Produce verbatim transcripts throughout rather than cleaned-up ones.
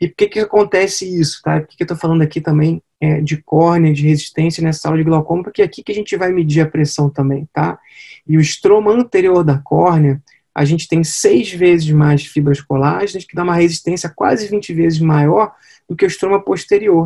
E por que que acontece isso, tá? Por que que eu estou falando aqui também é, de córnea, de resistência nessa aula de glaucoma? Porque é aqui que a gente vai medir a pressão também, tá? E o estroma anterior da córnea, a gente tem seis vezes mais fibras colágenas, que dá uma resistência quase vinte vezes maior do que o estroma posterior.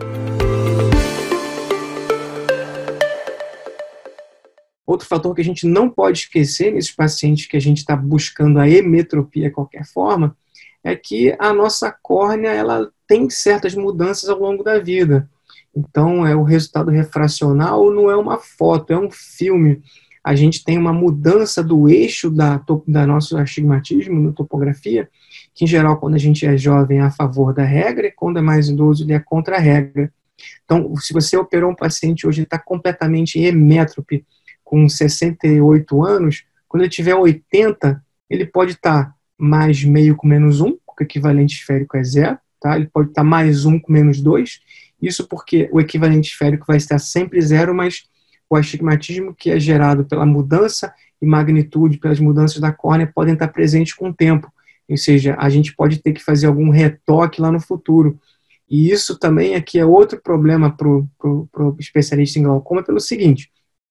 Outro fator que a gente não pode esquecer nesses pacientes que a gente está buscando a emetropia de qualquer forma, é que a nossa córnea ela tem certas mudanças ao longo da vida. Então, é o resultado refracional não é uma foto, é um filme. A gente tem uma mudança do eixo da, da nosso astigmatismo, na topografia, que em geral, quando a gente é jovem, é a favor da regra, e quando é mais idoso, ele é contra a regra. Então, se você operou um paciente hoje, ele está completamente emétrope, com sessenta e oito anos, quando ele tiver oitenta, ele pode estar tá mais meio com menos um, porque o equivalente esférico é zero, tá? Ele pode estar tá mais um com menos dois, isso porque o equivalente esférico vai estar sempre zero, mas o astigmatismo que é gerado pela mudança e magnitude, pelas mudanças da córnea, podem estar presentes com o tempo, ou seja, a gente pode ter que fazer algum retoque lá no futuro. E isso também aqui é outro problema para o especialista em glaucoma, pelo seguinte: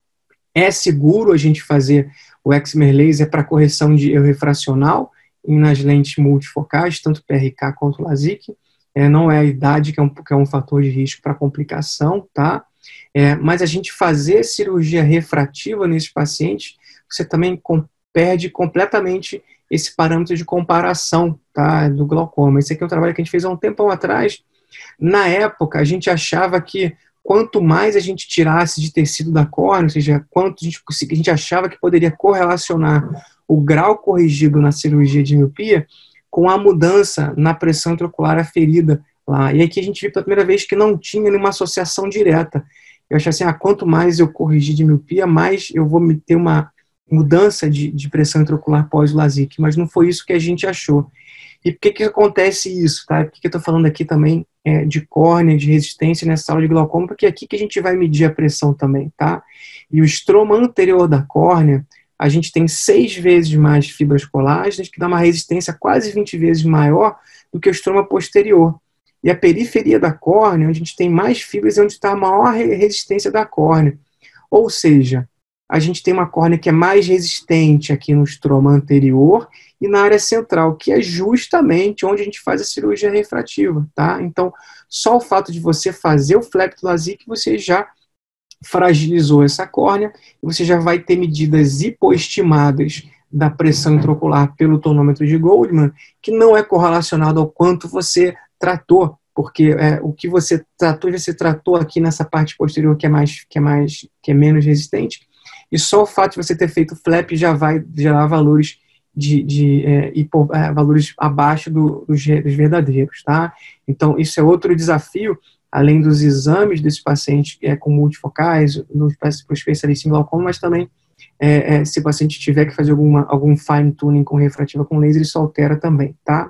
é seguro a gente fazer o excimer laser para correção de erro refracional nas lentes multifocais, tanto P R K quanto LASIK. É, não é a idade que é um, que é um fator de risco para complicação, tá? É, mas a gente fazer cirurgia refrativa nesses pacientes, você também com, perde completamente esse parâmetro de comparação, tá, do glaucoma. Esse aqui é um trabalho que a gente fez há um tempão atrás. Na época, a gente achava que quanto mais a gente tirasse de tecido da córnea, ou seja, quanto a gente, a gente achava que poderia correlacionar o grau corrigido na cirurgia de miopia com a mudança na pressão intraocular aferida lá. E aqui a gente viu pela primeira vez que não tinha nenhuma associação direta. Eu achei assim, ah, quanto mais eu corrigir de miopia, mais eu vou ter uma mudança de, de pressão intraocular pós-LASIK, mas não foi isso que a gente achou. E por que que acontece isso, tá? Por que que eu estou falando aqui também é, de córnea, de resistência nessa aula de glaucoma? Porque é aqui que a gente vai medir a pressão também, tá? E o estroma anterior da córnea, a gente tem seis vezes mais fibras colágenas, que dá uma resistência quase vinte vezes maior do que o estroma posterior. E a periferia da córnea, onde a gente tem mais fibras, é onde está a maior resistência da córnea. Ou seja, a gente tem uma córnea que é mais resistente aqui no estroma anterior e na área central, que é justamente onde a gente faz a cirurgia refrativa, tá? Então, só o fato de você fazer o flap do LASIK, você já fragilizou essa córnea e você já vai ter medidas hipoestimadas da pressão intraocular pelo tonômetro de Goldmann, que não é correlacionado ao quanto você tratou, porque é, o que você tratou, você tratou aqui nessa parte posterior que é mais, que é mais, que é menos resistente, e só o fato de você ter feito flap já vai gerar valores de, de é, hipo, é, valores abaixo do, dos, dos verdadeiros, tá? Então isso é outro desafio, além dos exames desses pacientes é, com multifocais, para o especialista em glaucoma, mas também é, é, se o paciente tiver que fazer alguma, algum fine tuning com refrativa com laser, isso altera também, tá?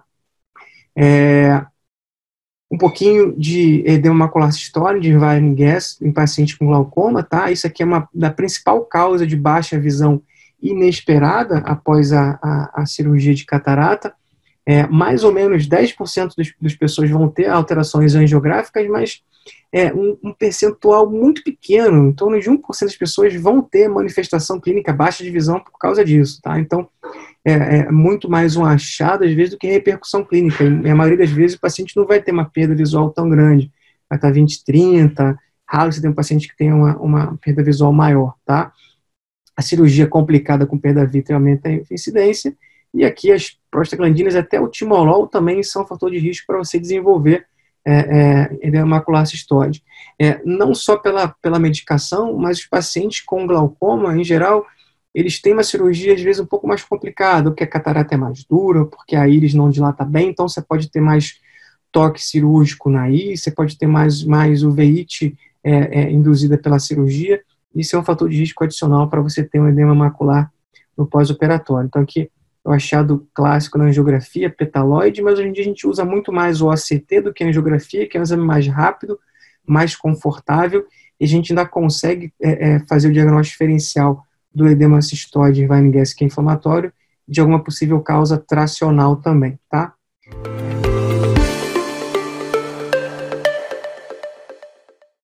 É, um pouquinho de edema macular sistólico, de Weill-Guess, em paciente com glaucoma, tá? Isso aqui é uma da principal causa de baixa visão inesperada após a, a, a cirurgia de catarata. É, mais ou menos dez por cento das, das pessoas vão ter alterações angiográficas, mas é um, um percentual muito pequeno, em torno de um por cento das pessoas vão ter manifestação clínica baixa de visão por causa disso, tá? Então, é, é muito mais um achado, às vezes, do que repercussão clínica. E a maioria das vezes o paciente não vai ter uma perda visual tão grande, vai estar vinte, trinta, raro você tem um paciente que tenha uma, uma perda visual maior, tá? A cirurgia complicada com perda vítrea aumenta a incidência, e aqui as prostaglandinas, até o timolol, também são um fator de risco para você desenvolver é, é, edema macular cistoide. É, não só pela, pela medicação, mas os pacientes com glaucoma, em geral, eles têm uma cirurgia, às vezes, um pouco mais complicada, porque a catarata é mais dura, porque a íris não dilata bem, então você pode ter mais toque cirúrgico na íris, você pode ter mais, mais uveíte é, é, induzida pela cirurgia. Isso é um fator de risco adicional para você ter um edema macular no pós-operatório. Então, aqui, o achado clássico na angiografia, petaloide, mas hoje em dia a gente usa muito mais o O C T do que a angiografia, que é um exame mais rápido, mais confortável, e a gente ainda consegue é, é, fazer o diagnóstico diferencial do edema cistoide Weill-Guess, que é inflamatório, de alguma possível causa tracional também, tá?